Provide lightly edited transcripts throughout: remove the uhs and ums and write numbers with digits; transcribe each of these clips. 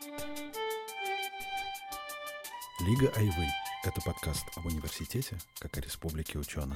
Лига Айвы – это подкаст об университете, как о республике ученых.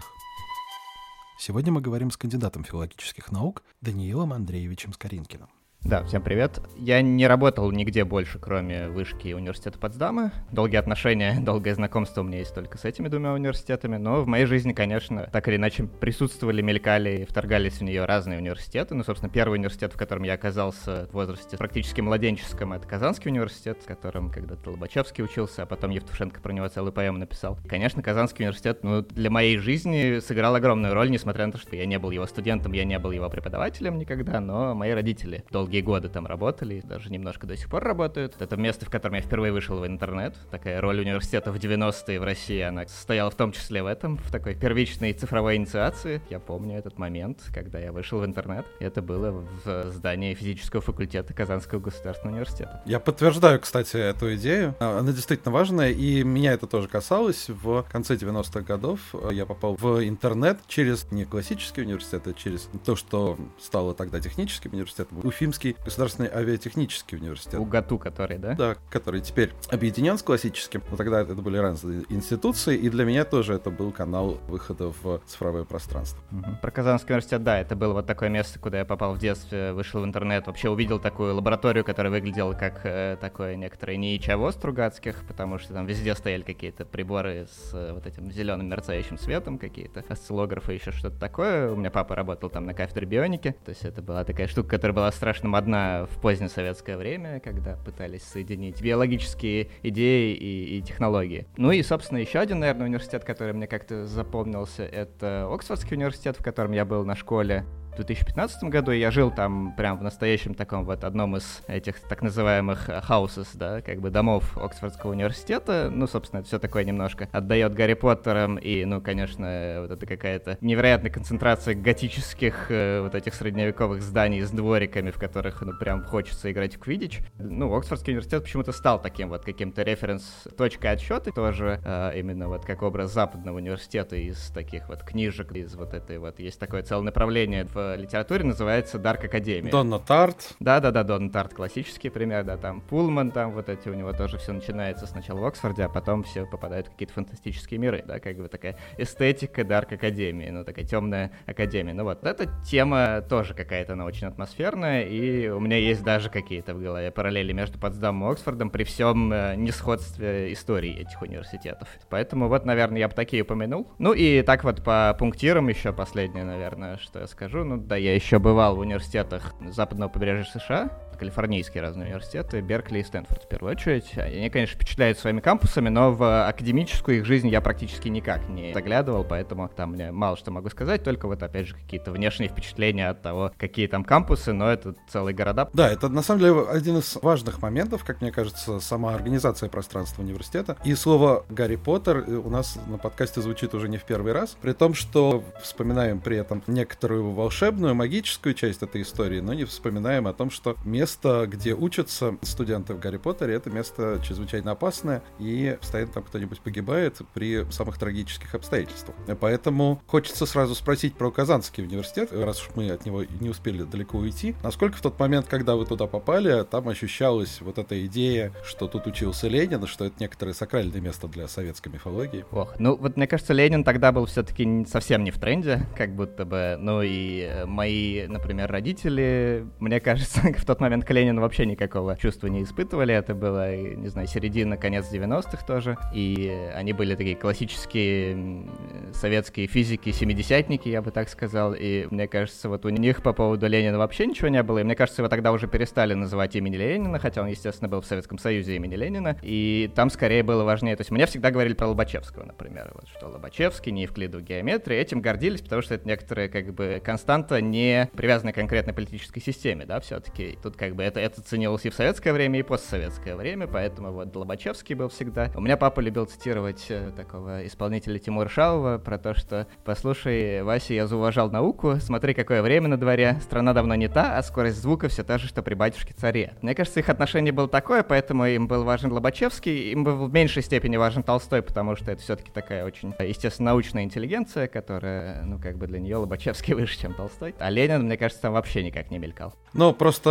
Сегодня мы говорим с кандидатом филологических наук Даниилом Андреевичем Скоринкиным. Да, всем привет. Я не работал нигде больше, кроме вышки и университета Потсдама. Долгие отношения, долгое знакомство у меня есть только с этими двумя университетами, но в моей жизни, конечно, так или иначе присутствовали, мелькали и вторгались в нее разные университеты. Ну, собственно, первый университет, в котором я оказался в возрасте практически младенческом, это Казанский университет, в котором когда-то Лобачевский учился, а потом Евтушенко про него целую поэму написал. Конечно, Казанский университет, для моей жизни сыграл огромную роль, несмотря на то, что я не был его студентом, я не был его преподавателем никогда, но мои родители долгие годы там работали, даже немножко до сих пор работают. Это место, в котором я впервые вышел в интернет. Такая роль университета в 90-е в России, она состояла в том числе в этом, в такой первичной цифровой инициации. Я помню этот момент, когда я вышел в интернет. Это было в здании физического факультета Казанского государственного университета. Я подтверждаю, кстати, эту идею. Она действительно важная, и меня это тоже касалось. В конце 90-х годов я попал в интернет через не классический университет, а через то, что стало тогда техническим университетом, Уфимский государственный авиатехнический университет. УГАТУ, который, да? Да, который теперь объединен с классическим. Но тогда это были разные институции, и для меня тоже это был канал выхода в цифровое пространство. Про Казанский университет, да, это было вот такое место, куда я попал в детстве, вышел в интернет, вообще увидел такую лабораторию, которая выглядела как такое некоторое НИИ-ЧАВО Стругацких, потому что там везде стояли какие-то приборы с вот этим зеленым мерцающим светом, какие-то осциллографы, еще что-то такое. У меня папа работал там на кафедре бионики, то есть это была такая штука, которая была страшно модна в позднее советское время, когда пытались соединить биологические идеи и технологии. Ну и, собственно, еще один, наверное, университет, который мне как-то запомнился, это Оксфордский университет, в котором я был на школе в 2015 году, и я жил там прям в настоящем таком вот одном из этих так называемых houses, да, как бы домов Оксфордского университета. Ну, собственно, это все такое немножко отдает Гарри Поттером, и, ну, конечно, вот это какая-то невероятная концентрация готических вот этих средневековых зданий с двориками, в которых, ну, прям хочется играть в квиддич. Ну, Оксфордский университет почему-то стал таким вот каким-то референс-точкой отсчета, тоже именно вот как образ западного университета из таких вот книжек, из вот этой вот, есть такое целое направление в литературе, называется Дарк Академия. Донна Тарт. Да-да-да, Донна Тарт, классический пример, да, там Пулман, там вот эти у него тоже все начинается сначала в Оксфорде, а потом все попадают в какие-то фантастические миры, да, как бы такая эстетика Дарк Академии, ну, такая темная академия. Ну вот, эта тема тоже какая-то, она очень атмосферная, и у меня есть даже какие-то в голове параллели между Потсдамом и Оксфордом при всем несходстве истории этих университетов. Поэтому вот, наверное, я бы такие упомянул. Ну и так вот по пунктирам еще последнее, наверное, что я скажу. Ну да, я еще бывал в университетах западного побережья США, калифорнийские разные университеты, Беркли и Стэнфорд в первую очередь. Они, конечно, впечатляют своими кампусами, но в академическую их жизнь я практически никак не заглядывал, поэтому там мне мало что могу сказать, только вот опять же какие-то внешние впечатления от того, какие там кампусы, но это целые города. Да, это на самом деле один из важных моментов, как мне кажется, сама организация пространства университета. И слово «Гарри Поттер» у нас на подкасте звучит уже не в первый раз, при том, что вспоминаем при этом некоторую волшебную, магическую часть этой истории, но не вспоминаем о том, что место, где учатся студенты в Гарри Поттере, это место чрезвычайно опасное, и постоянно там кто-нибудь погибает при самых трагических обстоятельствах. Поэтому хочется сразу спросить про Казанский университет, раз уж мы от него не успели далеко уйти. Насколько в тот момент, когда вы туда попали, там ощущалась вот эта идея, что тут учился Ленин, что это некоторое сакральное место для советской мифологии? Ох, ну вот мне кажется, Ленин тогда был все-таки совсем не в тренде, как будто бы, ну и мои, например, родители, мне кажется, в тот момент к Ленину вообще никакого чувства не испытывали. Это было, не знаю, середина, конец 90-х тоже. И они были такие классические советские физики, семидесятники, я бы так сказал. И мне кажется, вот у них по поводу Ленина вообще ничего не было. И мне кажется, его тогда уже перестали называть имени Ленина, хотя он, естественно, был в Советском Союзе имени Ленина. И там скорее было важнее. То есть мне всегда говорили про Лобачевского, например. Вот, что Лобачевский не евклидов геометрии. Этим гордились, потому что это некоторая как бы константа, не привязанная к конкретной политической системе, да, все-таки. Тут как бы это ценилось и в советское время, и постсоветское время, поэтому вот Лобачевский был всегда. У меня папа любил цитировать такого исполнителя Тимура Шаова про то, что «Послушай, Вася, я зауважал науку, смотри, какое время на дворе, страна давно не та, а скорость звука все та же, что при батюшке-царе». Мне кажется, их отношение было такое, поэтому им был важен Лобачевский, им был в меньшей степени важен Толстой, потому что это все-таки такая очень, естественно, научная интеллигенция, которая, ну, как бы для нее Лобачевский выше, чем Толстой. А Ленин, мне кажется, там вообще никак не мелькал. Ну, просто он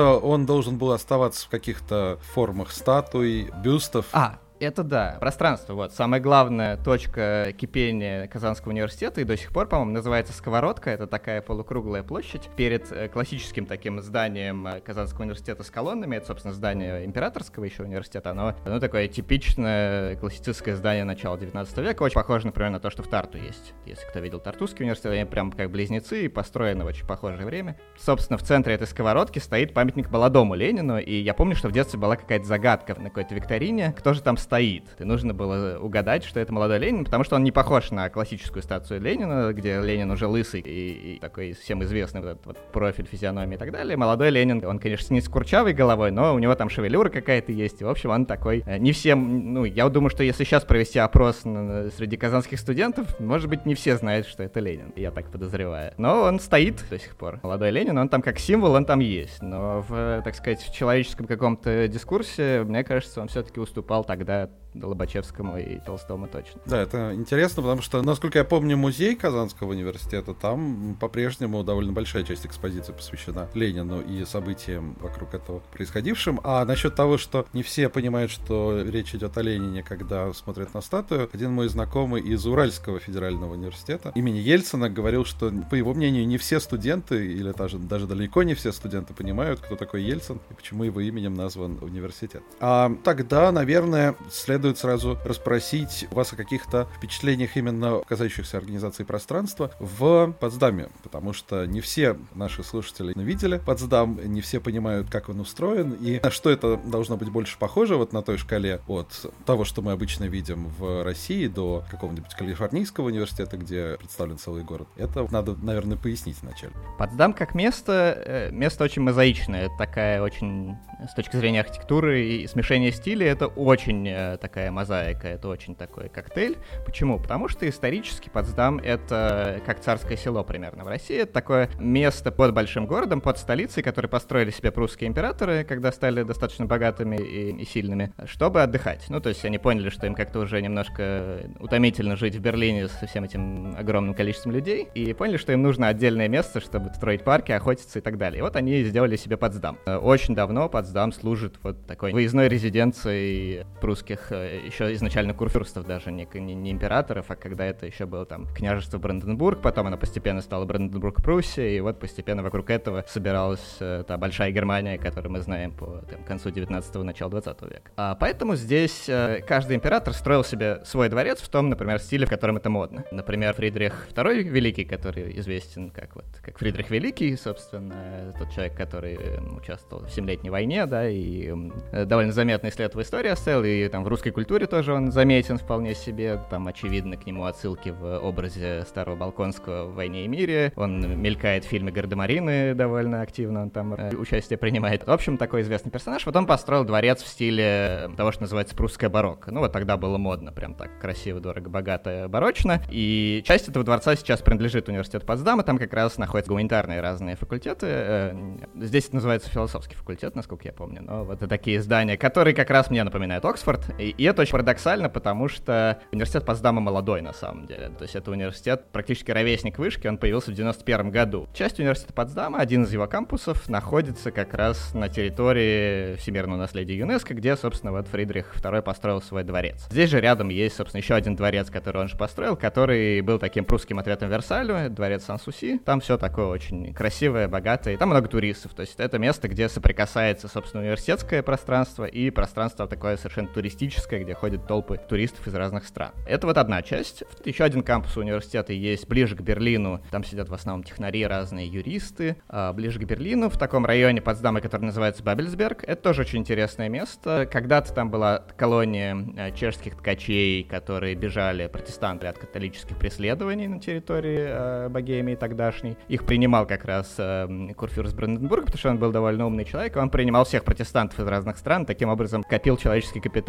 он должен был оставаться в каких-то формах статуй, бюстов. Это да, пространство, вот. Самая главная точка кипения Казанского университета, и до сих пор, по-моему, называется Сковородка. Это такая полукруглая площадь перед классическим таким зданием Казанского университета с колоннами. Это, собственно, здание Императорского еще университета. Оно такое типичное классицистское здание начала 19 века. Очень похоже, например, на то, что в Тарту есть. Если кто видел Тартусский университет, они прям как близнецы и построены в очень похожее время. Собственно, в центре этой Сковородки стоит памятник молодому Ленину, и я помню, что в детстве была какая-то загадка на какой-то викторине, кто же там стоит. И нужно было угадать, что это молодой Ленин, потому что он не похож на классическую статую Ленина, где Ленин уже лысый и такой всем известный вот этот вот профиль, физиономии и так далее. Молодой Ленин, он, конечно, не с курчавой головой, но у него там шевелюра какая-то есть. И, в общем, он такой... Не всем... я думаю, что если сейчас провести опрос среди казанских студентов, может быть, не все знают, что это Ленин. Я так подозреваю. Но он стоит до сих пор. Молодой Ленин, он там как символ, он там есть. Но в, так сказать, в человеческом каком-то дискурсе, мне кажется, он все-таки уступал тогда Лобачевскому и Толстому точно. Да, это интересно, потому что, насколько я помню, музей Казанского университета, там по-прежнему довольно большая часть экспозиции посвящена Ленину и событиям вокруг этого происходившим. А насчет того, что не все понимают, что речь идет о Ленине, когда смотрят на статую, один мой знакомый из Уральского федерального университета имени Ельцина говорил, что, по его мнению, не все студенты, или даже далеко не все студенты понимают, кто такой Ельцин и почему его именем назван университет. А тогда, наверное, следует сразу расспросить вас о каких-то впечатлениях именно касающихся организации пространства в Потсдаме, потому что не все наши слушатели видели Потсдам, не все понимают, как он устроен, и на что это должно быть больше похоже вот на той шкале от того, что мы обычно видим в России, до какого-нибудь Калифорнийского университета, где представлен целый город. Это надо, наверное, пояснить вначале. Потсдам как место очень мозаичное, такая очень, с точки зрения архитектуры и смешения стилей, это очень такая мозаика, это очень такой коктейль. Почему? Потому что исторически Потсдам — это как царское село примерно в России. Это такое место под большим городом, под столицей, который построили себе прусские императоры, когда стали достаточно богатыми и сильными, чтобы отдыхать. Ну, то есть они поняли, что им как-то уже немножко утомительно жить в Берлине со всем этим огромным количеством людей, и поняли, что им нужно отдельное место, чтобы строить парки, охотиться и так далее. И вот они сделали себе Потсдам. Очень давно Потсдам служит вот такой выездной резиденцией прусских еще изначально курфюрстов, даже не императоров, а когда это еще было там княжество Бранденбург, потом оно постепенно стало Бранденбург-Пруссия, и вот постепенно вокруг этого собиралась та большая Германия, которую мы знаем по концу 19-го, началу 20 века. Поэтому здесь каждый император строил себе свой дворец в том, например, стиле, в котором это модно. Например, Фридрих II Великий, который известен как Фридрих Великий, собственно, тот человек, который участвовал в Семилетней войне, да, и довольно заметный след в истории оставил, и там в русской культуре тоже он заметен вполне себе. Там очевидно к нему отсылки в образе Старого Болконского в «Войне и мире». Он мелькает в фильме «Гардемарины» довольно активно, он там участие принимает. В общем, такой известный персонаж. Вот он построил дворец в стиле того, что называется прусское барокко. Ну вот тогда было модно, прям так красиво, дорого, богато, барочно. И часть этого дворца сейчас принадлежит университету Потсдама, там как раз находятся гуманитарные разные факультеты. Здесь это называется философский факультет, насколько я помню. Но вот это такие здания, которые как раз мне напоминают Оксфорд. И это очень парадоксально, потому что университет Потсдама молодой на самом деле. То есть это университет, практически ровесник вышки, он появился в 91 году. Часть университета Потсдама, один из его кампусов, находится как раз на территории всемирного наследия ЮНЕСКО, где, собственно, вот Фридрих II построил свой дворец. Здесь же рядом есть, собственно, еще один дворец, который он же построил, который был таким прусским ответом Версалю, дворец Сан-Суси. Там все такое очень красивое, богатое, там много туристов. То есть это место, где соприкасается, собственно, университетское пространство и пространство такое совершенно туристическое, где ходят толпы туристов из разных стран. Это вот одна часть. Еще один кампус университета есть ближе к Берлину. Там сидят в основном технари, разные юристы. Ближе к Берлину, в таком районе Потсдама, который называется Бабельсберг. Это тоже очень интересное место. Когда-то там была колония чешских ткачей, которые бежали, протестанты, от католических преследований на территории Богемии тогдашней. Их принимал как раз курфюрст Бранденбург, потому что он был довольно умный человек. Он принимал всех протестантов из разных стран, таким образом копил человеческий капитал для будущего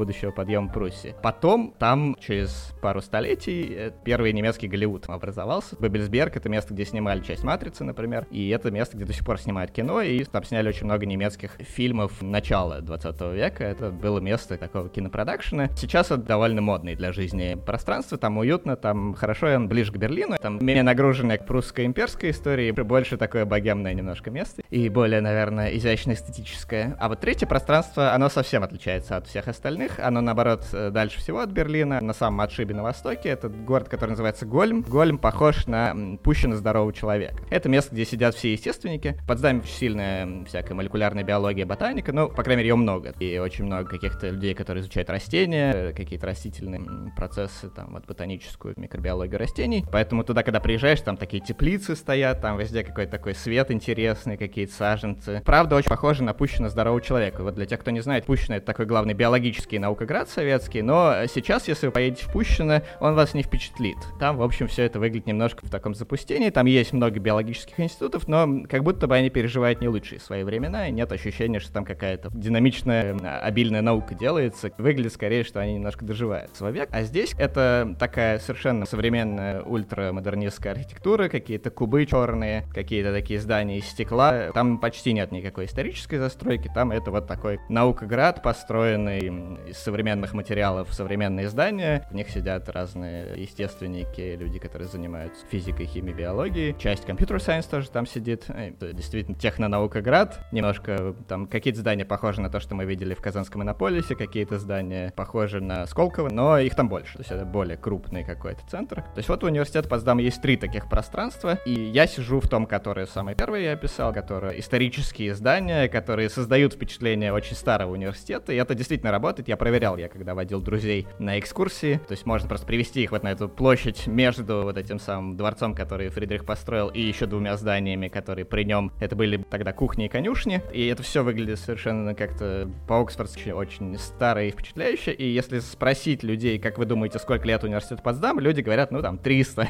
будущего подъема Пруссии. Потом там через пару столетий первый немецкий Голливуд образовался. Бабельсберг — это место, где снимали часть «Матрицы», например, и это место, где до сих пор снимают кино, и там сняли очень много немецких фильмов начала 20 века. Это было место такого кинопродакшена. Сейчас это довольно модное для жизни пространство, там уютно, там хорошо, он ближе к Берлину, там менее нагруженное к прусско-имперской истории, больше такое богемное немножко место, и более, наверное, изящно-эстетическое. А вот третье пространство, оно совсем отличается от всех остальных, оно, наоборот, дальше всего от Берлина, на самом отшибе на востоке, это город, который называется Гольм. Гольм похож на Пущино здорового человека. Это место, где сидят все естественники. В Потсдаме очень сильная всякая молекулярная биология, ботаника, ну, по крайней мере, ее много. И очень много каких-то людей, которые изучают растения, какие-то растительные процессы, там, вот ботаническую микробиологию растений. Поэтому туда, когда приезжаешь, там такие теплицы стоят, там везде какой-то такой свет интересный, какие-то саженцы. Правда, очень похоже на Пущино здорового человека. Вот для тех, кто не знает, Пущино — это такой главный биологический наукоград советский, но сейчас, если вы поедете в Пущино, он вас не впечатлит. Там, в общем, все это выглядит немножко в таком запустении. Там есть много биологических институтов, но как будто бы они переживают не лучшие свои времена, и нет ощущения, что там какая-то динамичная, обильная наука делается. Выглядит скорее, что они немножко доживают свой век. А здесь это такая совершенно современная ультрамодернистская архитектура, какие-то кубы черные, какие-то такие здания из стекла. Там почти нет никакой исторической застройки, там это вот такой наукоград, построенный из современных материалов, современные здания. В них сидят разные естественники, люди, которые занимаются физикой, химией, биологией. Часть компьютер-сайенс тоже там сидит. Это действительно технонаукоград. Немножко там какие-то здания похожи на то, что мы видели в Казанском Иннополисе, какие-то здания похожи на Сколково, но их там больше. То есть это более крупный какой-то центр. То есть вот у университета Потсдама есть 3 таких пространства, и я сижу в том, которое самое первое я описал, которое исторические здания, которые создают впечатление очень старого университета, и это действительно работает. Я проверял, когда водил друзей на экскурсии. То есть можно просто привести их вот на эту площадь между вот этим самым дворцом, который Фридрих построил, и еще 2 зданиями, которые при нем. Это были тогда кухни и конюшни, и это все выглядит совершенно как-то по-оксфордски очень старо и впечатляюще. И если спросить людей, как вы думаете, сколько лет университет Потсдам, люди говорят, ну там 300,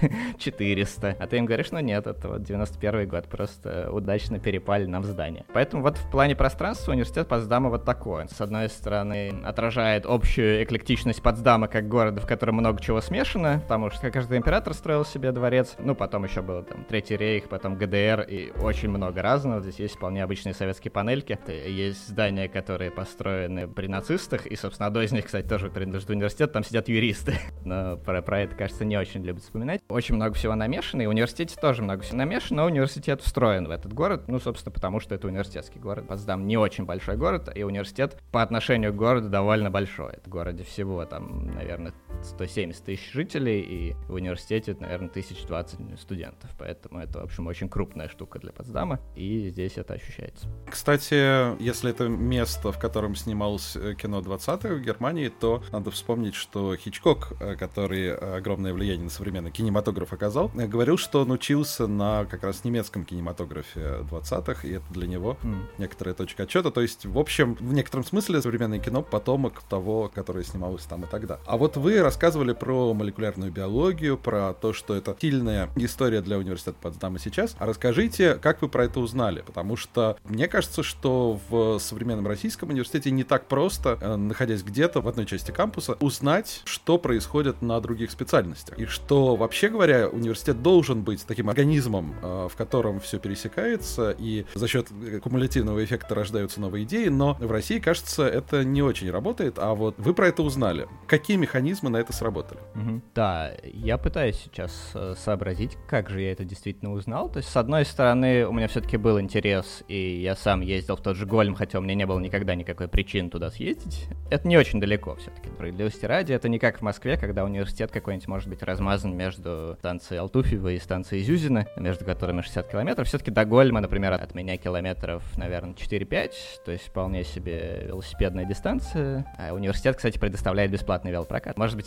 400. А ты им говоришь, ну нет, это вот 91 год, просто удачно перепали нам в здание. Поэтому вот в плане пространства университет Потсдама вот такой. С одной стороны, отражает общую эклектичность Потсдама как города, в котором много чего смешано, потому что каждый император строил себе дворец, ну потом еще был там Третий рейх, потом ГДР и очень много разного. Здесь есть вполне обычные советские панельки. Есть здания, которые построены при нацистах, и, собственно, одно из них, кстати, тоже принадлежит университету, там сидят юристы. Но про это, кажется, не очень любят вспоминать. Очень много всего намешано, и в университете тоже много всего намешано, но университет встроен в этот город, ну, собственно, потому что это университетский город. Потсдам не очень большой город, и университет по отношению к городу довольно большой. В городе всего там, наверное, 170 тысяч жителей, и в университете, наверное, 1020 студентов. Поэтому это, в общем, очень крупная штука для Потсдама, и здесь это ощущается. Кстати, если это место, в котором снималось кино 20-х в Германии, то надо вспомнить, что Хичкок, который огромное влияние на современный кинематограф оказал, говорил, что он учился на как раз немецком кинематографе 20-х, и это для него некоторая точка отчета. То есть, в общем, в некотором смысле современное кино — потомок того, которое снималось там и тогда. А вот вы рассказывали про молекулярную биологию, про то, что это сильная история для университета Потсдама сейчас. А расскажите, как вы про это узнали? Потому что мне кажется, что в современном российском университете не так просто, находясь где-то в одной части кампуса, узнать, что происходит на других специальностях. И что, вообще говоря, университет должен быть таким организмом, в котором все пересекается, и за счет кумулятивного эффекта рождаются новые идеи, но в России, кажется, это не очень работает. А вот вы про это узнали. Какие механизмы на это сработали? Да, я пытаюсь сейчас сообразить, как же я это действительно узнал. То есть, с одной стороны, у меня все-таки был интерес, и я сам ездил в тот же Гольм, хотя у меня не было никогда никакой причины туда съездить. Это не очень далеко все-таки, справедливости ради. Это не как в Москве, когда университет какой-нибудь может быть размазан между станцией Алтуфьево и станцией Зюзино, между которыми 60 километров. Все-таки до Гольма, например, от меня километров, наверное, 4-5, то есть вполне себе велосипедная дистанция. А университет, кстати, предоставляет бесплатный велопрокат. Может быть,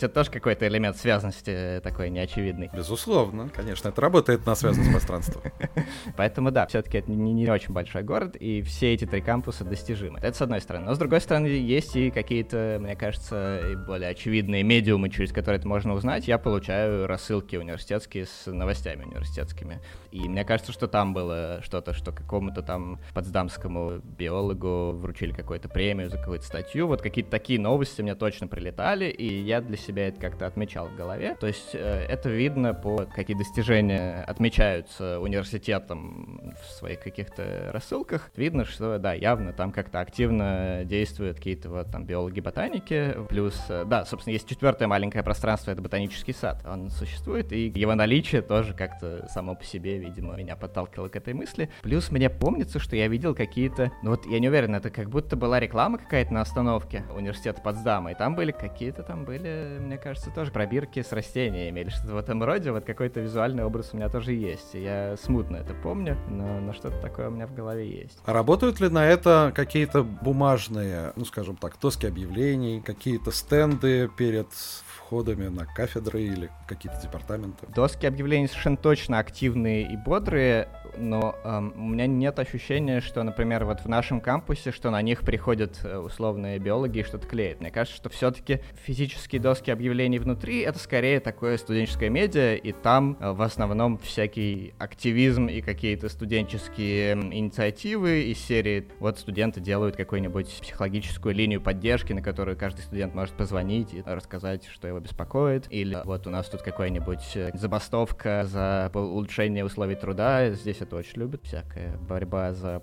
есть это тоже какой-то элемент связности такой неочевидный. Безусловно, конечно, это работает на связанность пространства. Поэтому да, все-таки это не очень большой город, и все эти 3 кампуса достижимы. Это с одной стороны. Но с другой стороны, есть и какие-то, мне кажется, и более очевидные медиумы, через которые это можно узнать. Я получаю рассылки университетские с новостями университетскими. И мне кажется, что там было что-то, что какому-то там потсдамскому биологу вручили какую-то премию за какую-то статью. Вот какие-то такие новости мне точно прилетали, и я для себя это как-то отмечал в голове. То есть это видно по какие достижения отмечаются университетом в своих каких-то рассылках. Видно, что, да, явно там как-то активно действуют какие-то вот там биологи-ботаники. Плюс, да, собственно, есть 4-е маленькое пространство, это ботанический сад. Он существует, и его наличие тоже как-то само по себе, видимо, меня подталкивало к этой мысли. Плюс мне помнится, что я видел какие-то, ну вот я не уверен, это как будто была реклама какая-то на остановке университета Потсдама, и там были какие-то, мне кажется, тоже пробирки с растениями или что-то в этом роде. Вот какой-то визуальный образ у меня тоже есть. Я смутно это помню, но что-то такое у меня в голове есть. А работают ли на это какие-то бумажные, ну скажем так, доски объявлений, какие-то стенды перед входами на кафедры или какие-то департаменты? Доски объявлений совершенно точно активные и бодрые, но у меня нет ощущения, что, например, вот в нашем кампусе, что на них приходят условные биологи и что-то клеят. Мне кажется, что все-таки физические доски объявлений внутри — это скорее такое студенческое медиа, и там в основном всякий активизм и какие-то студенческие инициативы из серии вот студенты делают какую-нибудь психологическую линию поддержки, на которую каждый студент может позвонить и рассказать, что его беспокоит, или вот у нас тут какая-нибудь забастовка за улучшение условий труда, здесь это очень любят, всякая борьба за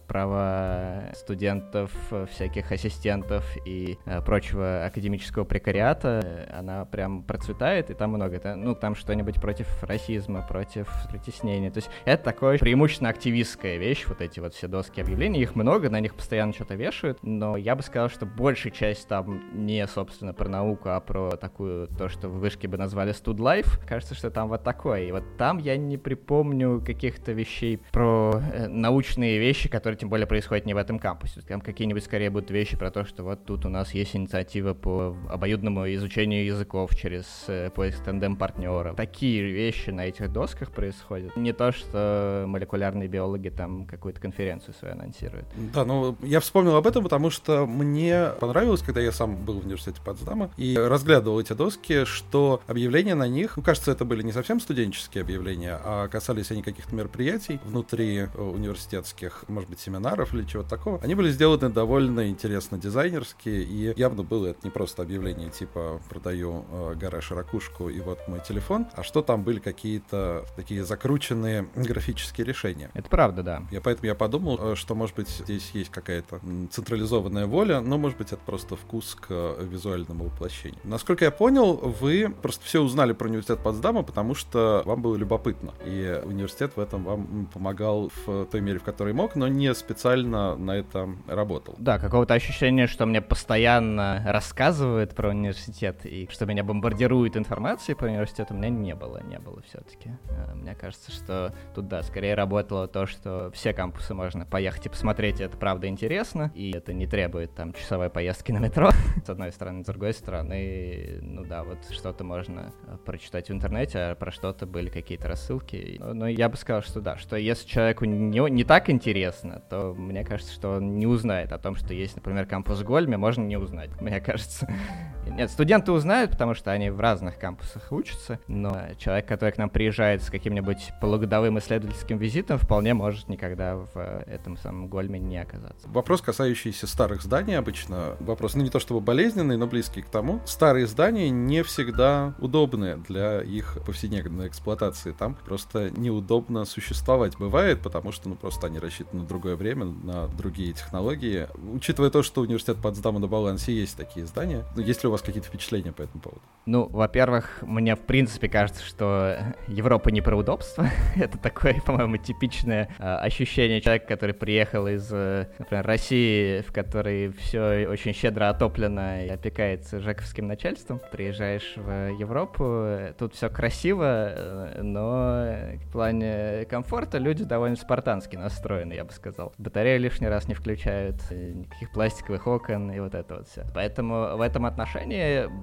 права студентов, всяких ассистентов и прочего академического прекариата, она прям процветает, и там много, там что-нибудь против расизма, против притеснения, то есть это такое преимущественно активистская вещь, вот эти вот все доски объявлений, их много, на них постоянно что-то вешают, но я бы сказал, что большая часть там не, собственно, про науку, а про такую, то, что в вышке бы назвали студ-лайф, кажется, что там вот такое, и вот там я не припомню каких-то вещей про научные вещи, которые тем более происходят не в этом кампусе. Там какие-нибудь скорее будут вещи про то, что вот тут у нас есть инициатива по обоюдному изучению языков через поиск тандем-партнеров. Такие вещи на этих досках происходят. Не то, что молекулярные биологи там какую-то конференцию свою анонсируют. Да, ну я вспомнил об этом, потому что мне понравилось, когда я сам был в университете Потсдама и разглядывал эти доски, что объявления на них, кажется, это были не совсем студенческие объявления, а касались они каких-то мероприятий внутри университетских, может быть, семинаров или чего-то такого. Они были сделаны довольно интересно дизайнерски, и явно было это не просто объявление типа «продаю гараж и ракушку, и вот мой телефон», а что там были какие-то такие закрученные графические решения. Это правда, да. Поэтому я подумал, что, может быть, здесь есть какая-то централизованная воля, но, может быть, это просто вкус к визуальному воплощению. Насколько я понял, вы просто все узнали про университет Потсдама, потому что вам было любопытно, и университет в этом вам помогал в той мере, в которой мог, но не специально на это работал. Да, какого-то ощущения, что мне постоянно рассказывают про университет и что меня бомбардируют информацией про университет, у меня не было все-таки. Мне кажется, что тут, да, скорее работало то, что все кампусы можно поехать и посмотреть, и это правда интересно, и это не требует там часовой поездки на метро, с одной стороны, с другой стороны, ну да, вот что-то можно прочитать в интернете, а про что-то были какие-то рассылки. Но я бы сказал, что да, что если человеку не так интересно, то мне кажется, что он не узнает о том, что есть, например, кампус Гольме, можно не узнать, мне кажется. Нет, студенты узнают, потому что они в разных кампусах учатся, но человек, который к нам приезжает с каким-нибудь полугодовым исследовательским визитом, вполне может никогда в этом самом Гольме не оказаться. Вопрос, касающийся старых зданий, обычно вопрос, не то чтобы болезненный, но близкий к тому. Старые здания не всегда удобны для их повседневной эксплуатации. Там просто неудобно существовать бывает, потому что просто они рассчитаны на другое время, на другие технологии. Учитывая то, что университет Потсдама на балансе есть такие здания, есть ли у вас какие-то впечатления по этому поводу? Ну, во-первых, мне в принципе кажется, что Европа не про удобство. Это такое, по-моему, типичное ощущение человека, который приехал из, например, России, в которой все очень щедро отоплено и опекается жековским начальством. Приезжаешь в Европу, тут все красиво, но в плане комфорта люди довольно спартански настроены, я бы сказал. Батарею лишний раз не включают, никаких пластиковых окон и вот это вот все. Поэтому в этом отношении, мне кажется,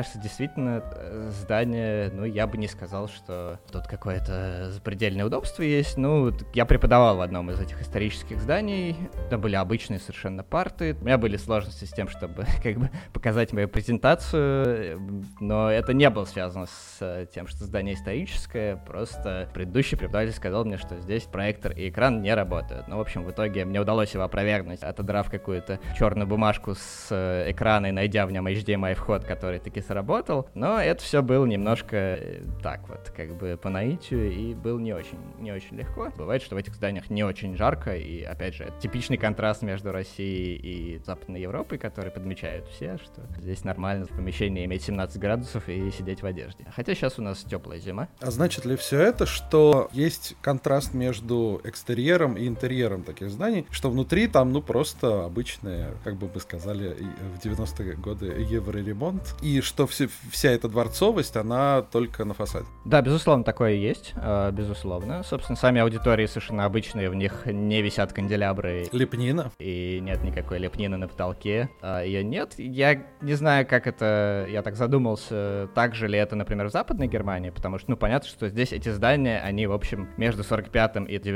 кажется, действительно, здание, ну, я бы не сказал, что тут какое-то запредельное удобство есть. Ну, я преподавал в одном из этих исторических зданий, там были обычные совершенно парты. У меня были сложности с тем, чтобы как бы показать мою презентацию, но это не было связано с тем, что здание историческое, просто предыдущий преподаватель сказал мне, что здесь проектор и экран не работают. Ну, в общем, в итоге мне удалось его опровергнуть, отодрав какую-то черную бумажку с экрана и найдя в нем HDMI-вход, который таки сработал. Но это все было немножко так вот, как бы по наитию, и было не очень легко. Бывает, что в этих зданиях не очень жарко, и, опять же, это типичный контраст между Россией и Западной Европой, который подмечают все, что здесь нормально в помещении иметь 17 градусов и сидеть в одежде. Хотя сейчас у нас теплая зима. А значит ли все это, что есть контраст между экстерьером и интерьером таких зданий, что внутри там, ну, просто обычные, как бы мы сказали, в 90-е годы евроремонт, и что вся эта дворцовость, она только на фасаде? Да, безусловно, такое есть, безусловно. Собственно, сами аудитории совершенно обычные, в них не висят канделябры. Лепнина. И нет никакой лепнины на потолке. Ее нет. Я не знаю, как это... Я так задумался, так же ли это, например, в Западной Германии, потому что, ну, понятно, что здесь эти здания, они, в общем, между 45-м и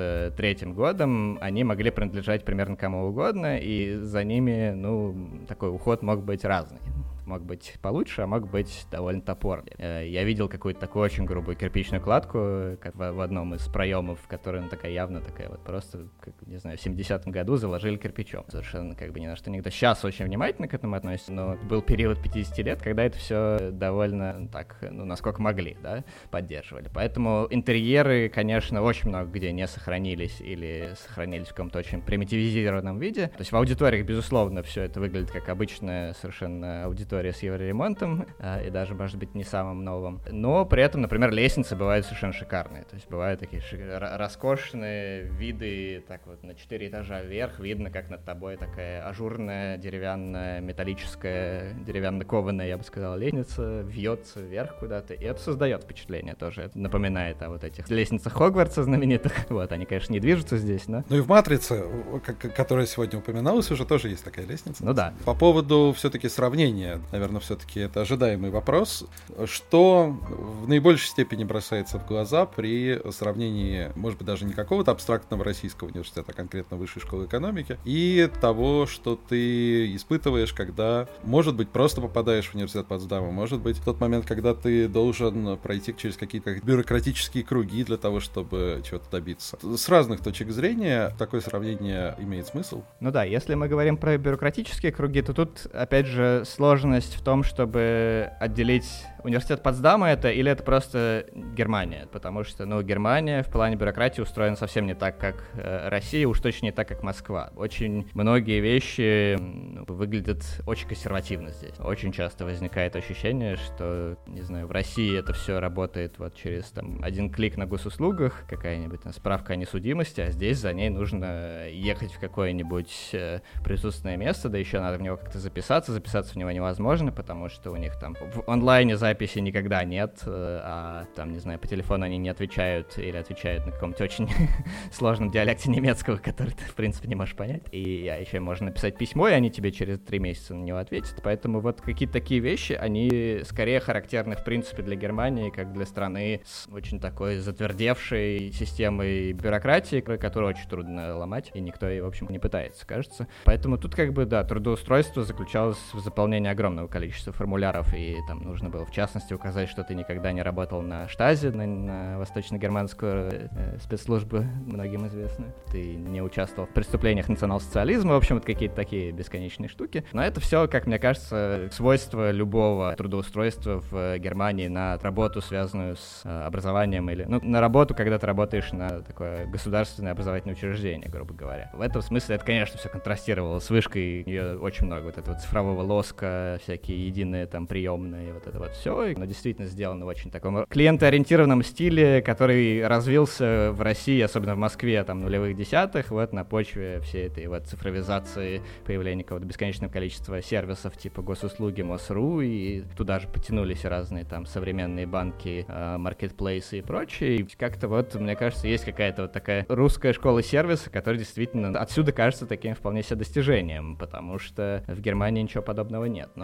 93-м годом, они могли принадлежать примерно кому угодно, и за ними, ну, такой уход мог быть разный. Мог быть получше, а мог быть довольно топорный. Я видел какую-то такую очень грубую кирпичную кладку как в одном из проемов, которая, ну, такая явно такая вот просто, как, не знаю, в 70-м году заложили кирпичом. Совершенно как бы ни на что никто. Сейчас очень внимательно к этому относится, но был период 50 лет, когда это все довольно так, ну, насколько могли, да, поддерживали. Поэтому интерьеры, конечно, очень много где не сохранились или сохранились в каком-то очень примитивизированном виде. То есть в аудиториях, безусловно, все это выглядит как обычная совершенно аудитория с евроремонтом, и даже, может быть, не самым новым. Но при этом, например, лестницы бывают совершенно шикарные. То есть бывают такие роскошные виды, так вот, на 4 этажа вверх, видно, как над тобой такая ажурная, деревянная, металлическая, деревянно-кованая, я бы сказал, лестница вьется вверх куда-то, и это создает впечатление тоже. Это напоминает о вот этих лестницах Хогвартса знаменитых. Вот, они, конечно, не движутся здесь, но... Ну и в «Матрице», которая сегодня упоминалась, уже тоже есть такая лестница. Ну да. По поводу все-таки сравнения, наверное, все-таки это ожидаемый вопрос. Что в наибольшей степени бросается в глаза при сравнении, может быть, даже не какого-то абстрактного российского университета, а конкретно Высшей школы экономики, и того, что ты испытываешь, когда, может быть, просто попадаешь в университет Потсдама, может быть, в тот момент, когда ты должен пройти через какие-то бюрократические круги для того, чтобы чего-то добиться. С разных точек зрения такое сравнение имеет смысл? Ну да, если мы говорим про бюрократические круги, то тут, опять же, сложность в том, чтобы отделить университет Потсдама это или это просто Германия, потому что, ну, Германия в плане бюрократии устроена совсем не так, как Россия, уж точно не так, как Москва. Очень многие вещи выглядят очень консервативно здесь. Очень часто возникает ощущение, что, не знаю, в России это все работает вот через там один клик на госуслугах, какая-нибудь там справка о несудимости, а здесь за ней нужно ехать в какое-нибудь присутственное место, да еще надо в него как-то записаться в него невозможно, потому что у них там в онлайне записи никогда нет, а там, не знаю, по телефону они не отвечают или отвечают на каком-то очень сложном диалекте немецкого, который ты, в принципе, не можешь понять. И еще можно написать письмо, и они тебе через 3 месяца на него ответят. Поэтому вот какие-то такие вещи, они скорее характерны, в принципе, для Германии, как для страны с очень такой затвердевшей системой бюрократии, которую очень трудно ломать, и никто ей, в общем, не пытается, кажется. Поэтому тут как бы, да, трудоустройство заключалось в заполнении огромного количества формуляров, и там нужно было, в частности, указать, что ты никогда не работал на штазе, на восточно-германскую спецслужбу, многим известную. Ты не участвовал в преступлениях национал-социализма, в общем, вот какие-то такие бесконечные штуки. Но это все, как мне кажется, свойство любого трудоустройства в Германии на работу, связанную с образованием, или, ну, на работу, когда ты работаешь на такое государственное образовательное учреждение, грубо говоря. В этом смысле это, конечно, все контрастировало с вышкой. Ее очень много вот этого цифрового лоска, всякие единые там приемные, вот это вот все. Но действительно сделано в очень таком клиентоориентированном стиле, который развился в России, особенно в Москве, там, нулевых десятых, вот на почве всей этой вот цифровизации, появления какого-то бесконечного количества сервисов типа госуслуги, МОСРУ, и туда же потянулись разные там современные банки, маркетплейсы и прочее. И как-то вот, мне кажется, есть какая-то вот такая русская школа сервиса, которая действительно отсюда кажется таким вполне себе достижением, потому что в Германии ничего подобного нет. Но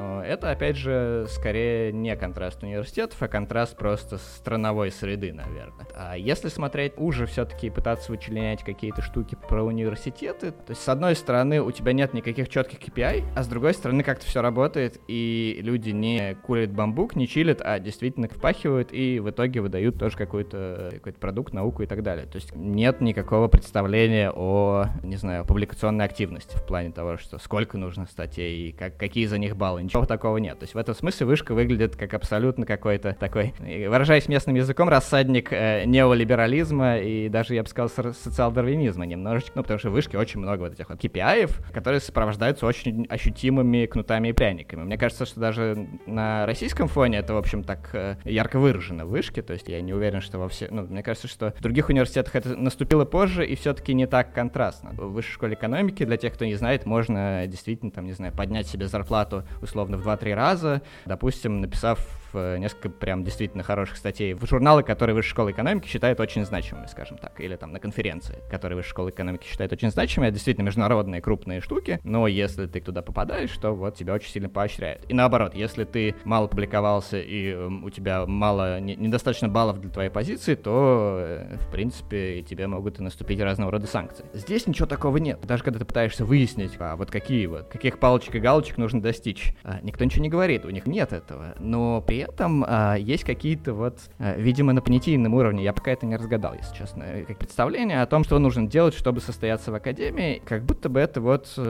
Но это, опять же, скорее не контраст университетов, а контраст просто страновой среды, наверное. А если смотреть уже все-таки пытаться вычленять какие-то штуки про университеты, то есть, с одной стороны, у тебя нет никаких четких KPI, а с другой стороны, как-то все работает, и люди не курят бамбук, не чилят, а действительно впахивают, и в итоге выдают тоже какой-то продукт, науку и так далее. То есть нет никакого представления о, не знаю, публикационной активности в плане того, что сколько нужно статей, какие за них баллы. Ничего такого нет. То есть в этом смысле вышка выглядит как абсолютно какой-то такой, выражаясь местным языком, рассадник неолиберализма и даже, я бы сказал, социал-дарвинизма немножечко. Ну, потому что в вышке очень много вот этих вот KPI-ев, которые сопровождаются очень ощутимыми кнутами и пряниками. Мне кажется, что даже на российском фоне это, в общем, так ярко выражено в вышке. То есть я не уверен, что во всех... Ну, мне кажется, что в других университетах это наступило позже и все-таки не так контрастно. В высшей школе экономики, для тех, кто не знает, можно действительно, там, не знаю, поднять себе зарплату условно в 2-3 раза, допустим, написав несколько прям действительно хороших статей в журналы, которые Высшая школа экономики считает очень значимыми, скажем так, или там на конференции, которые Высшая школа экономики считает очень значимыми, это действительно международные крупные штуки, но если ты туда попадаешь, то вот тебя очень сильно поощряют. И наоборот, если ты мало публиковался и у тебя мало, недостаточно баллов для твоей позиции, то, в принципе, тебе могут и наступить разного рода санкции. Здесь ничего такого нет. Даже когда ты пытаешься выяснить, каких палочек и галочек нужно достичь, никто ничего не говорит, у них нет этого, но при этом есть какие-то видимо, на понятийном уровне, я пока это не разгадал, если честно, как представление о том, что нужно делать, чтобы состояться в академии, как будто бы это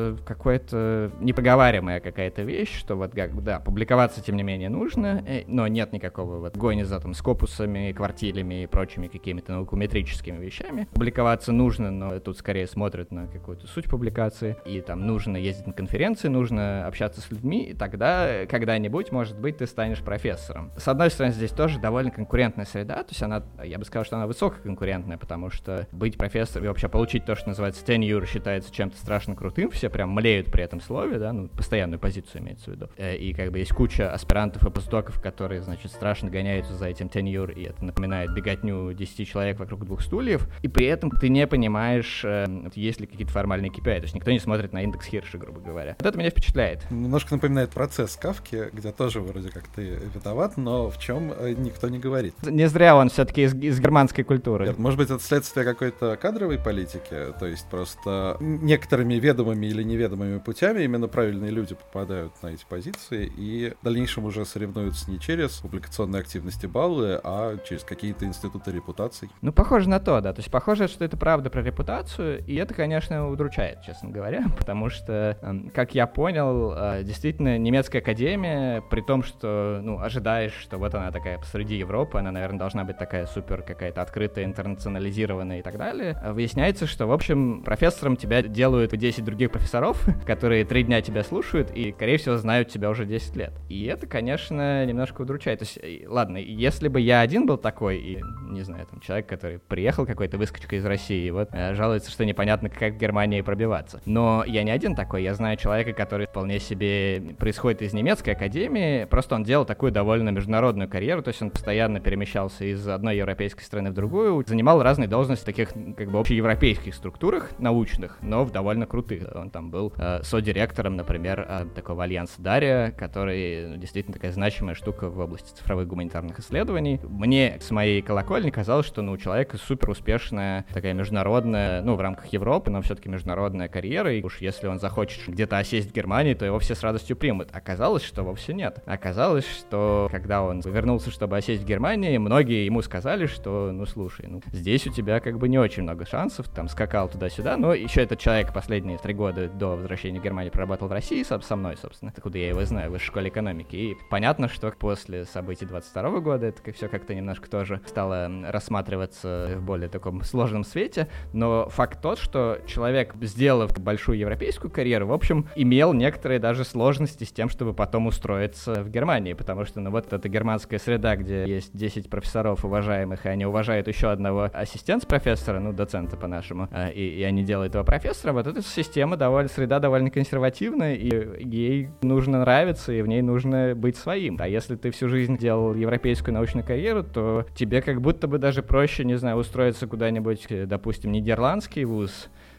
какое-то непроговариваемая какая-то вещь, что публиковаться тем не менее нужно, но нет никакого гони за скопусами, квартилями и прочими какими-то наукометрическими вещами. Публиковаться нужно, но тут скорее смотрят на какую-то суть публикации, и там нужно ездить на конференции, нужно общаться с людьми, и тогда когда-нибудь, может быть, ты станешь профессором. С одной стороны, здесь тоже довольно конкурентная среда, то есть я бы сказал, что она высококонкурентная, потому что быть профессором и вообще получить то, что называется tenure, считается чем-то страшно крутым, все прям млеют при этом слове, да, постоянную позицию имеется в виду. И есть куча аспирантов и постдоков, которые, страшно гоняются за этим tenure, и это напоминает беготню 10 человек вокруг 2 стульев, и при этом ты не понимаешь, есть ли какие-то формальные KPI, то есть никто не смотрит на индекс Хирша, грубо говоря. Вот это меня впечатляет. Немножко напоминает процесс Кафки, где тоже вроде как ты виноват, но в чем никто не говорит. Не зря он все-таки из германской культуры. Нет, может быть, это следствие какой-то кадровой политики, то есть просто некоторыми ведомыми или неведомыми путями именно правильные люди попадают на эти позиции и в дальнейшем уже соревнуются не через публикационные активности баллы, а через какие-то институты репутаций. Похоже на то, да. То есть похоже, что это правда про репутацию, и это, конечно, удручает, честно говоря, потому что, как я понял, действительно, немецкая академия, при том, что, ожидаешь, что вот она такая посреди Европы, она, наверное, должна быть такая супер какая-то открытая, интернационализированная и так далее, выясняется, что, в общем, профессором тебя делают 10 других профессоров, которые 3 дня тебя слушают и, скорее всего, знают тебя уже 10 лет. И это, конечно, немножко удручает. То есть, ладно, если бы я один был такой, и, не знаю, человек, который приехал какой-то выскочка из России, и жалуется, что непонятно, как в Германии пробиваться. Но я не один такой, я знаю человека, который вполне себе происходит из немецкой академии, просто он делал такую довольно международную карьеру, то есть он постоянно перемещался из одной европейской страны в другую, занимал разные должности в таких общеевропейских структурах научных, но в довольно крутых. Он там был содиректором, например, такого альянса Дария, который действительно такая значимая штука в области цифровых гуманитарных исследований. Мне с моей колокольни казалось, что у человека супер успешная такая международная, в рамках Европы, но все-таки международная карьера, и уж если он захочет где-то осесть в Германии, то его все с радостью примут. Оказалось, что вовсе нет. Оказалось, что когда он вернулся, чтобы осесть в Германии, многие ему сказали, что, слушай, здесь у тебя не очень много шансов, там скакал туда-сюда, но еще этот человек последние 3 года до возвращения в Германию проработал в России со мной, собственно, откуда я его знаю, в Высшей школе экономики, и понятно, что после событий 22 года это все как-то немножко тоже стало рассматриваться в более таком сложном свете, но факт тот, что человек, сделав большую европейскую карьеру, в общем, имел некоторые даже сложности с тем, чтобы потом устроиться в Германии, потому что, вот эта германская среда, где есть 10 профессоров уважаемых, и они уважают еще одного ассистент-профессора, доцента по-нашему, и они делают его профессора, вот эта система, среда довольно консервативная, и ей нужно нравиться, и в ней нужно быть своим. А если ты всю жизнь делал европейскую научную карьеру, то тебе как будто бы даже проще, не знаю, устроиться куда-нибудь, допустим, нидерландский вуз,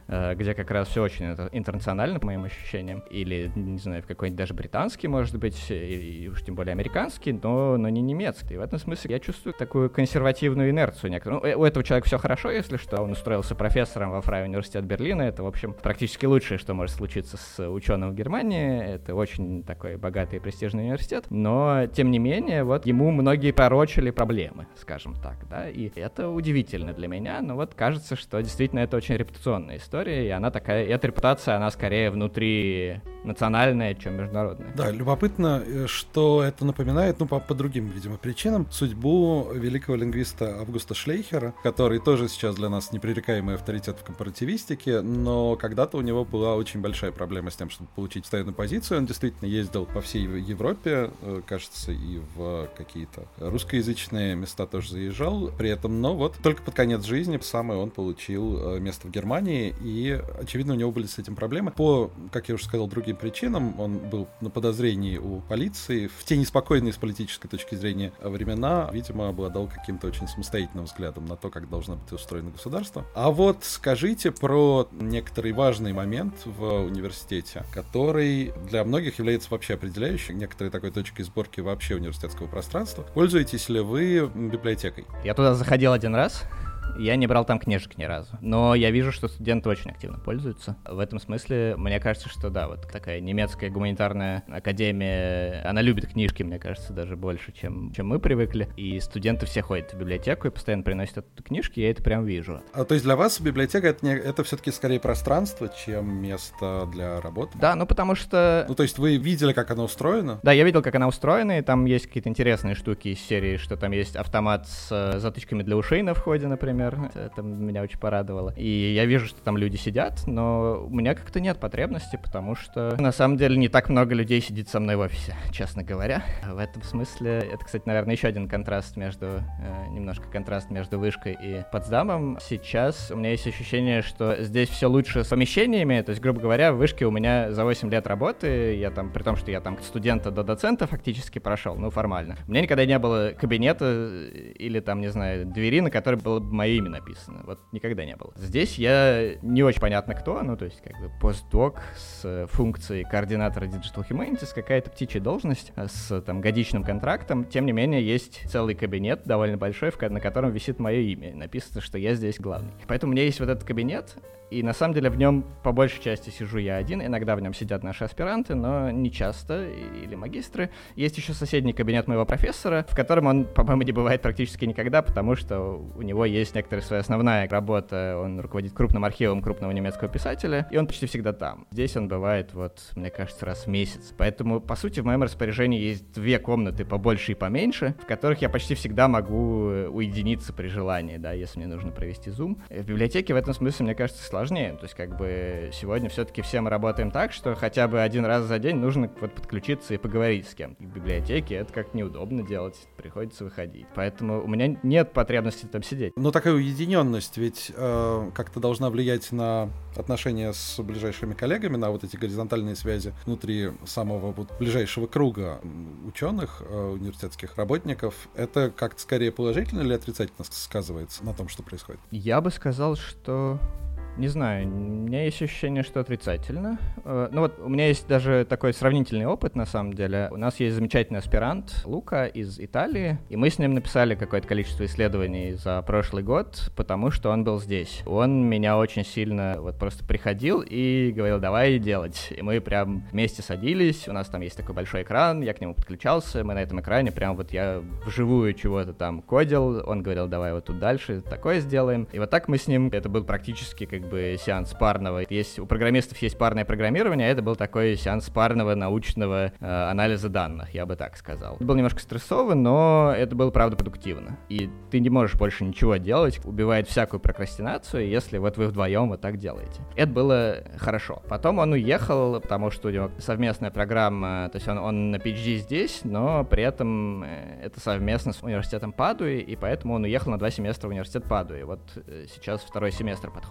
где как раз все очень интернационально, по моим ощущениям, или, не знаю, в какой-нибудь даже британский, может быть, и уж тем более американский, но не немецкий. И в этом смысле я чувствую такую консервативную инерцию некоторую. Ну, у этого человека все хорошо, если что, он устроился профессором во Фрай университет Берлина, это, в общем, практически лучшее, что может случиться с ученым в Германии, это очень такой богатый и престижный университет, но, тем не менее, вот ему многие пророчили проблемы, скажем так, да, и это удивительно для меня, но вот кажется, что действительно это очень репутационная история, и она такая, и эта репутация, она скорее внутри национальная, чем международная. Да, любопытно, что это напоминает, ну, по другим, видимо, причинам, судьбу великого лингвиста Августа Шлейхера, который тоже сейчас для нас непререкаемый авторитет в компаративистике, но когда-то у него была очень большая проблема с тем, чтобы получить постоянную позицию. Он действительно ездил по всей Европе, кажется, и в какие-то русскоязычные места тоже заезжал при этом, но вот только под конец жизни самый он получил место в Германии, и, очевидно, у него были с этим проблемы. По, как я уже сказал, другим причинам он был на подозрении у полиции. В те неспокойные с политической точки зрения времена, видимо, обладал каким-то очень самостоятельным взглядом на то, как должно быть устроено государство. А вот скажите про некоторый важный момент в университете, который для многих является вообще определяющим, некоторой такой точкой сборки вообще университетского пространства. Пользуетесь ли вы библиотекой? Я туда заходил один раз. Я не брал там книжек ни разу, но я вижу, что студенты очень активно пользуются. В этом смысле, мне кажется, что да, вот такая немецкая гуманитарная академия, она любит книжки, мне кажется, даже больше, чем мы привыкли. И студенты все ходят в библиотеку и постоянно приносят оттуда книжки, я это прям вижу. То есть для вас библиотека это все-таки скорее пространство, чем место для работы? Да, ну потому что... Ну то есть вы видели, как оно устроено? Да, я видел, как она устроена, и там есть какие-то интересные штуки из серии, что там есть автомат с затычками для ушей на входе, например. Это меня очень порадовало. И я вижу, что там люди сидят, но у меня как-то нет потребности, потому что на самом деле не так много людей сидит со мной в офисе, честно говоря. В этом смысле это, кстати, наверное, еще один контраст немножко контраст между Вышкой и Потсдамом. Сейчас у меня есть ощущение, что здесь все лучше с помещениями, то есть, грубо говоря, в Вышке у меня за 8 лет работы, я там, при том, что я там от студента до доцента фактически прошел, ну, формально. У меня никогда не было кабинета или там, не знаю, двери, на которой было бы мое имя написано. Вот никогда не было. Здесь я не очень понятно кто, ну, то есть, как бы, постдок с функцией координатора Digital Humanities, какая-то птичья должность с, там, годичным контрактом. Тем не менее, есть целый кабинет, довольно большой, на котором висит мое имя. Написано, что я здесь главный. Поэтому у меня есть вот этот кабинет, и на самом деле в нем по большей части сижу я один. Иногда в нем сидят наши аспиранты, но не часто, или магистры. Есть еще соседний кабинет моего профессора, в котором он, по-моему, не бывает практически никогда, потому что у него есть некоторая своя основная работа. Он руководит крупным архивом крупного немецкого писателя, и он почти всегда там. Здесь он бывает, вот, мне кажется, раз в месяц. Поэтому, по сути, в моем распоряжении есть 2 комнаты побольше и поменьше, в которых я почти всегда могу уединиться при желании, да, если мне нужно провести зум. В библиотеке в этом смысле, мне кажется, сложнее. То есть, как бы, сегодня все-таки все мы работаем так, что хотя бы один раз за день нужно вот подключиться и поговорить с кем-то. В библиотеке это как неудобно делать, приходится выходить. Поэтому у меня нет потребности там сидеть. Но такая уединенность ведь как-то должна влиять на отношения с ближайшими коллегами, на вот эти горизонтальные связи внутри самого вот ближайшего круга ученых, университетских работников. Это как-то скорее положительно или отрицательно сказывается на том, что происходит? Я бы сказал, что... Не знаю, у меня есть ощущение, что отрицательно. Ну вот, у меня есть даже такой сравнительный опыт, на самом деле. У нас есть замечательный аспирант Лука из Италии, и мы с ним написали какое-то количество исследований за прошлый год, потому что он был здесь. Он меня очень сильно вот просто приходил и говорил, давай делать. И мы прям вместе садились, у нас там есть такой большой экран, я к нему подключался, мы на этом экране прям вот я вживую чего-то там кодил, он говорил, давай вот тут дальше такое сделаем. И вот так мы с ним, это был практически как бы сеанс парного. У программистов есть парное программирование, а это был такой сеанс парного научного анализа данных, я бы так сказал. Это было немножко стрессово, но это было, правда, продуктивно. И ты не можешь больше ничего делать, убивает всякую прокрастинацию, если вот вы вдвоем вот так делаете. Это было хорошо. Потом он уехал, потому что у него совместная программа, то есть он на PhD здесь, но при этом это совместно с университетом Падуи, и поэтому он уехал на 2 семестра в университет Падуи. Вот сейчас 2-й семестр подходит к концу,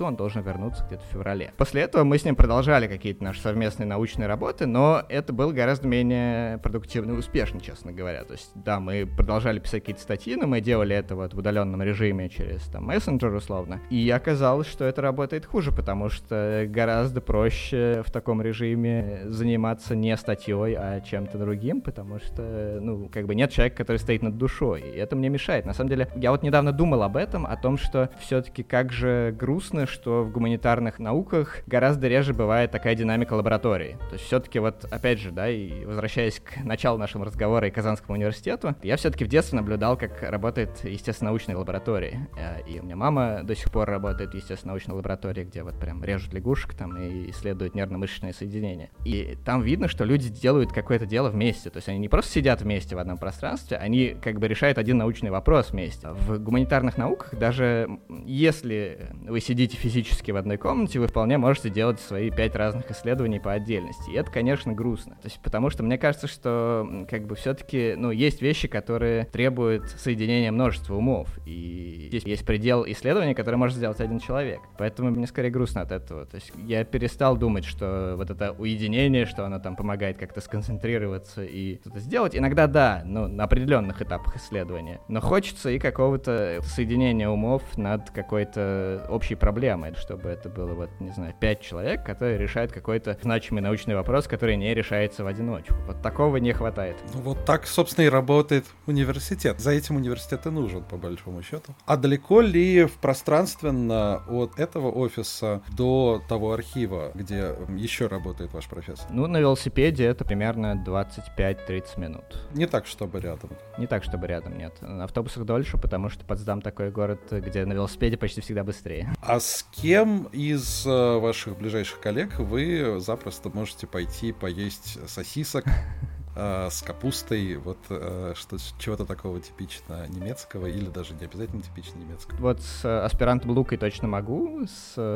концу, он должен вернуться где-то в феврале. После этого мы с ним продолжали какие-то наши совместные научные работы, но это было гораздо менее продуктивно и успешно, честно говоря. То есть, да, мы продолжали писать какие-то статьи, но мы делали это вот в удаленном режиме через там мессенджер условно. И оказалось, что это работает хуже, потому что гораздо проще в таком режиме заниматься не статьей, а чем-то другим, потому что, ну, как бы нет человека, который стоит над душой. И это мне мешает. На самом деле, я вот недавно думал об этом, о том, что все-таки как же грустно, что в гуманитарных науках гораздо реже бывает такая динамика лаборатории. То есть все-таки вот, опять же, да, и возвращаясь к началу нашего разговора и Казанскому университету, я все-таки в детстве наблюдал, как работает естественно-научная лаборатория. И у меня мама до сих пор работает в естественно-научной лаборатории, где вот прям режут лягушек там и исследуют нервно-мышечные соединения. И там видно, что люди делают какое-то дело вместе. То есть они не просто сидят вместе в одном пространстве, они как бы решают один научный вопрос вместе. В гуманитарных науках даже если вы сидите физически в одной комнате, вы вполне можете делать свои 5 разных исследований по отдельности. И это, конечно, грустно. То есть, потому что мне кажется, что как бы все-таки, ну, есть вещи, которые требуют соединения множества умов. И здесь есть предел исследований, который может сделать один человек. Поэтому мне скорее грустно от этого. То есть я перестал думать, что вот это уединение, что оно там помогает как-то сконцентрироваться и что-то сделать. Иногда да, ну, на определенных этапах исследования. Но хочется и какого-то соединения умов над какой-то общей проблемой, чтобы это было, вот, не знаю, 5 человек, которые решают какой-то значимый научный вопрос, который не решается в одиночку. Вот такого не хватает. Ну, вот так, собственно, и работает университет. За этим университет и нужен, по большому счету. А далеко ли пространственно от этого офиса до того архива, где еще работает ваш профессор? Ну, на велосипеде это примерно 25-30 минут. Не так, чтобы рядом. Не так, чтобы рядом, нет. На автобусах дольше, потому что Потсдам такой город, где на велосипеде почти всегда быстрее. А с кем из ваших ближайших коллег вы запросто можете пойти поесть сосисок с капустой, вот чего-то такого типично немецкого или даже не обязательно типично немецкого? Вот с аспирантом Лукой точно могу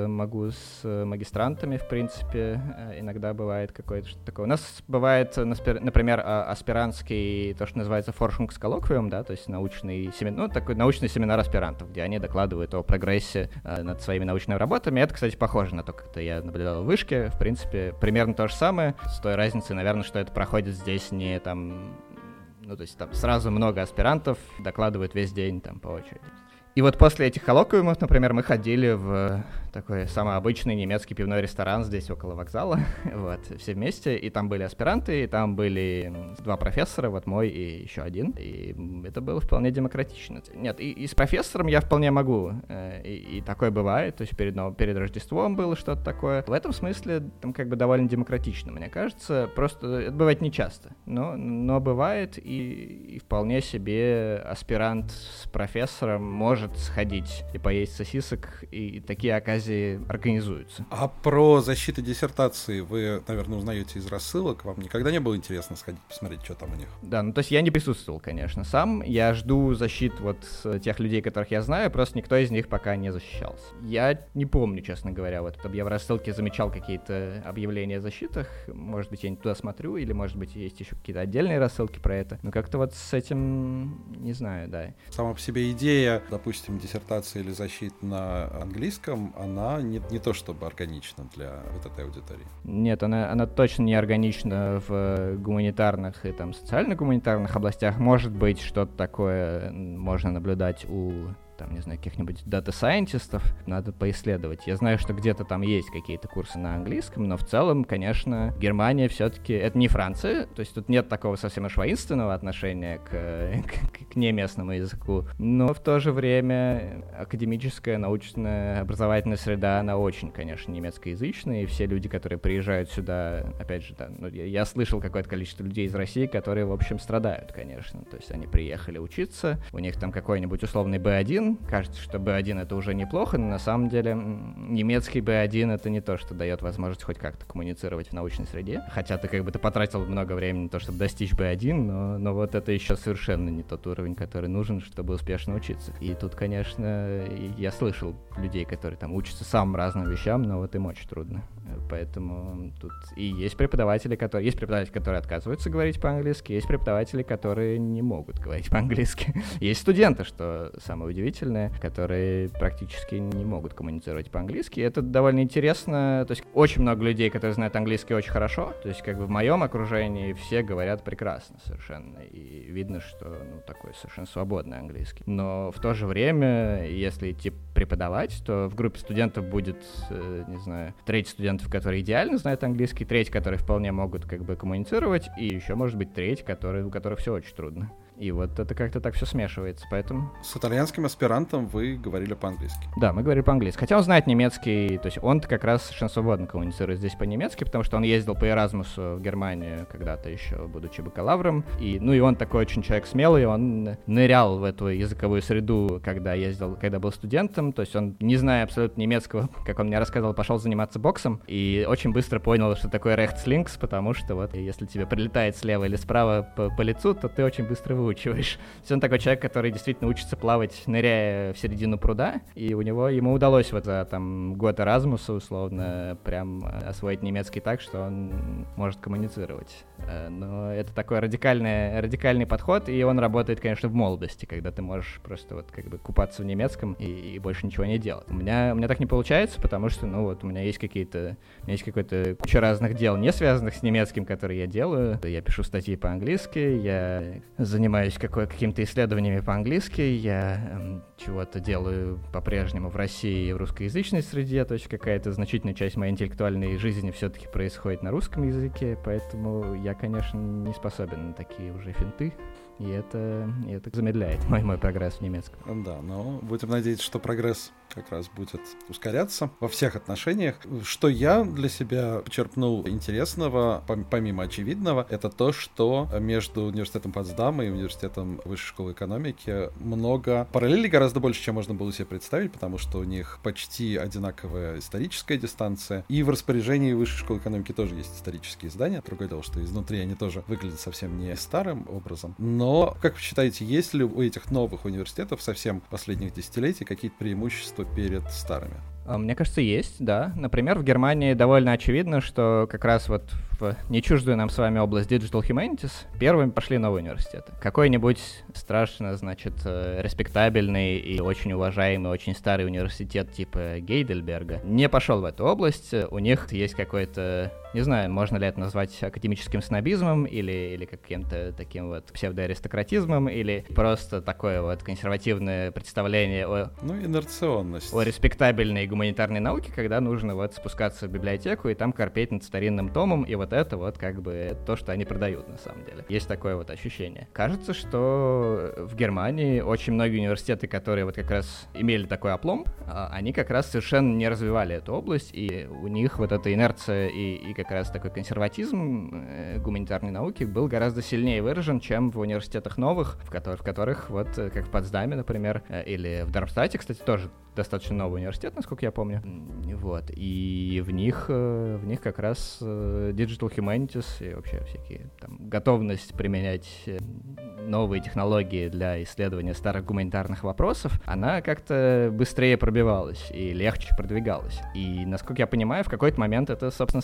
с магистрантами, в принципе, иногда бывает какое-то что-то такое. У нас бывает, например, аспирантский, то, что называется Forschungskollokvium, да, то есть научный семинар, ну, такой научный семинар аспирантов, где они докладывают о прогрессе над своими научными работами. Это, кстати, похоже на то, как это я наблюдал в вышке. В принципе, примерно то же самое, с той разницей, наверное, что это проходит здесь не там, ну, то есть там сразу много аспирантов докладывают весь день там по очереди. И вот после этих коллоквиумов, например, мы ходили в такой самый обычный немецкий пивной ресторан здесь около вокзала, вот, все вместе, и там были аспиранты, и там были 2 профессора, вот мой и еще один, и это было вполне демократично. Нет, и с профессором я вполне могу, и такое бывает, то есть перед Рождеством было что-то такое. В этом смысле там как бы довольно демократично, мне кажется, просто это бывает нечасто, но бывает, и вполне себе аспирант с профессором может сходить и поесть сосисок, и такие оказии организуются. А про защиту диссертации вы, наверное, узнаете из рассылок. Вам никогда не было интересно сходить посмотреть, что там у них? Да, ну то есть я не присутствовал, конечно, сам. Я жду защит вот тех людей, которых я знаю, просто никто из них пока не защищался. Я не помню, честно говоря, вот я в рассылке замечал какие-то объявления о защитах. Может быть, я не туда смотрю, или, может быть, есть еще какие-то отдельные рассылки про это. Но как-то вот с этим не знаю, да. Сама по себе идея, допустим, диссертации или защит на английском, она не то чтобы органична для вот этой аудитории. Нет, она точно не органична в гуманитарных и там социально-гуманитарных областях. Может быть, что-то такое можно наблюдать у там, не знаю, каких-нибудь дата-сайентистов, надо поисследовать. Я знаю, что где-то там есть какие-то курсы на английском, но в целом, конечно, Германия все-таки, это не Франция, то есть тут нет такого совсем уж воинственного отношения к неместному языку, но в то же время академическая, научная, образовательная среда, она очень, конечно, немецкоязычная, и все люди, которые приезжают сюда, опять же, да, ну, я слышал какое-то количество людей из России, которые, в общем, страдают, конечно, то есть они приехали учиться, у них там какой-нибудь условный B1, кажется, что B1 это уже неплохо, но на самом деле немецкий B1 это не то, что дает возможность хоть как-то коммуницировать в научной среде. Хотя ты потратил много времени на то, чтобы достичь B1, но вот это еще совершенно не тот уровень, который нужен, чтобы успешно учиться. И тут, конечно, я слышал людей, которые там учатся самым разным вещам, но вот им очень трудно. Поэтому тут и есть преподаватели, которые отказываются говорить по-английски, есть преподаватели, которые не могут говорить по-английски. Есть студенты, что самое удивительное, которые практически не могут коммуницировать по-английски. Это довольно интересно. То есть очень много людей, которые знают английский очень хорошо. То есть как бы в моем окружении все говорят прекрасно совершенно. И видно, что такой совершенно свободный английский. Но в то же время, если идти преподавать, то в группе студентов будет, не знаю, треть студентов, которые идеально знают английский, треть, которые вполне могут как бы коммуницировать, и еще может быть треть, у которых все очень трудно. И вот это как-то так все смешивается, поэтому... С итальянским аспирантом вы говорили по-английски? Да, мы говорили по-английски. Хотя он знает немецкий, то есть он как раз совершенно свободно коммуницирует здесь по-немецки, потому что он ездил по Эразмусу в Германию когда-то еще, будучи бакалавром. И он такой очень человек смелый, он нырял в эту языковую среду, когда был студентом, то есть он, не зная абсолютно немецкого, как он мне рассказывал, пошел заниматься боксом, и очень быстро понял, что такое рехтслинкс, потому что вот если тебе прилетает слева или справа по лицу, то ты очень быстро выучиваешь. То есть он такой человек, который действительно учится плавать, ныряя в середину пруда, и ему удалось вот за год Эразмуса, условно, прям освоить немецкий так, что он может коммуницировать. Но это такой радикальный подход, и он работает, конечно, в молодости, когда ты можешь просто вот как бы купаться в немецком и больше ничего не делать. У меня так не получается, потому что, у меня есть какая-то куча разных дел, не связанных с немецким, которые я делаю. Я пишу статьи по-английски, я занимаюсь какими-то исследованиями по-английски, я чего-то делаю по-прежнему в России и в русскоязычной среде, то есть какая-то значительная часть моей интеллектуальной жизни все-таки происходит на русском языке, поэтому я, конечно, не способен на такие уже финты. И это замедляет мой прогресс в немецком. Да, но будем надеяться, что прогресс как раз будет ускоряться во всех отношениях. Что я для себя почерпнул интересного, помимо очевидного, это то, что между университетом Потсдама и университетом Высшей школы экономики много параллелей, гораздо больше, чем можно было себе представить, потому что у них почти одинаковая историческая дистанция. И в распоряжении Высшей школы экономики тоже есть исторические издания. Другое дело, что изнутри они тоже выглядят совсем не старым образом. Но, как вы считаете, есть ли у этих новых университетов совсем последних десятилетий какие-то преимущества перед старыми? Мне кажется, есть, да. Например, в Германии довольно очевидно, что как раз вот в нечуждую нам с вами область Digital Humanities первыми пошли новые университеты. Какой-нибудь страшно, респектабельный и очень уважаемый, очень старый университет типа Гейдельберга не пошел в эту область. У них есть какой-то, не знаю, можно ли это назвать академическим снобизмом или каким-то таким вот псевдоаристократизмом, или просто такое вот консервативное представление о... инерционность. О респектабельной гуманитарной науке, когда нужно вот спускаться в библиотеку и там корпеть над старинным томом, и вот это вот как бы то, что они продают на самом деле. Есть такое вот ощущение. Кажется, что в Германии очень многие университеты, которые вот как раз имели такой опломб, они как раз совершенно не развивали эту область, и у них вот эта инерция и как раз такой консерватизм гуманитарной науки был гораздо сильнее выражен, чем в университетах новых, в которых вот как в Потсдаме, например, или в Дармштадте, кстати, тоже достаточно новый университет, насколько я помню. Вот. И в них как раз Digital Humanities и вообще всякие там готовность применять новые технологии для исследования старых гуманитарных вопросов, она как-то быстрее пробивалась и легче продвигалась. И, насколько я понимаю, в какой-то момент это, собственно,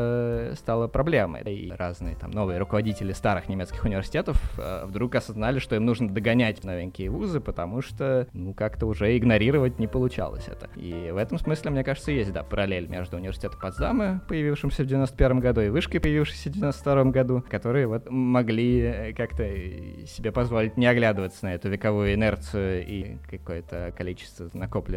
стало проблемой. И разные там новые руководители старых немецких университетов вдруг осознали, что им нужно догонять новенькие вузы, потому что, как-то уже игнорировать не получалось это. И в этом смысле, мне кажется, есть, да, параллель между университетом Потсдама, появившимся в 91 году, и вышкой, появившейся в 92 году, которые вот могли как-то себе позволить не оглядываться на эту вековую инерцию и какое-то количество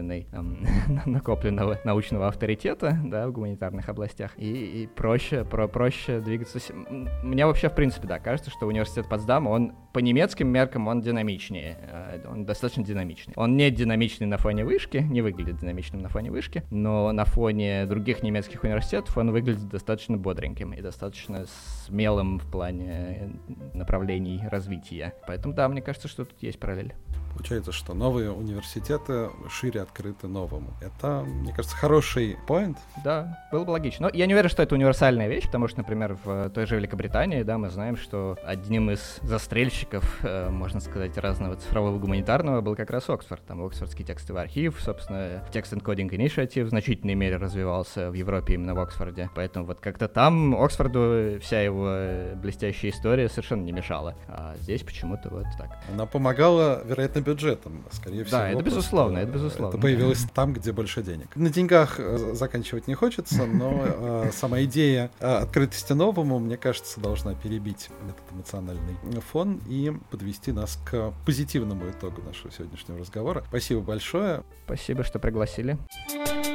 накопленного научного авторитета, да, в гуманитарных областях, и проще двигаться. Мне вообще, в принципе, да, кажется, что университет Потсдама, он по немецким меркам, он динамичнее, он достаточно динамичный. Он не динамичный на фоне вышки, не выглядит динамичным на фоне вышки, но на фоне других немецких университетов он выглядит достаточно бодреньким и достаточно смелым в плане направлений развития. Поэтому, да, мне кажется, что тут есть параллель. Получается, что новые университеты шире открыты новому. Это, мне кажется, хороший поинт. Да, было бы логично. Но я не уверен, что это универсальная вещь, потому что, например, в той же Великобритании, да, мы знаем, что одним из застрельщиков, можно сказать, разного цифрового гуманитарного был как раз Оксфорд. Там Оксфордский текстовый архив, собственно, Text Encoding Initiative в значительной мере развивался в Европе именно в Оксфорде. Поэтому вот как-то там Оксфорду вся его блестящая история совершенно не мешала. А здесь почему-то вот так. Она помогала, вероятно, бюджетом, скорее всего. Да, это безусловно, это безусловно. Это появилось там, где больше денег. На деньгах заканчивать не хочется, но сама идея открытости новому, мне кажется, должна перебить этот эмоциональный фон и подвести нас к позитивному итогу нашего сегодняшнего разговора. Спасибо большое. Спасибо, что пригласили.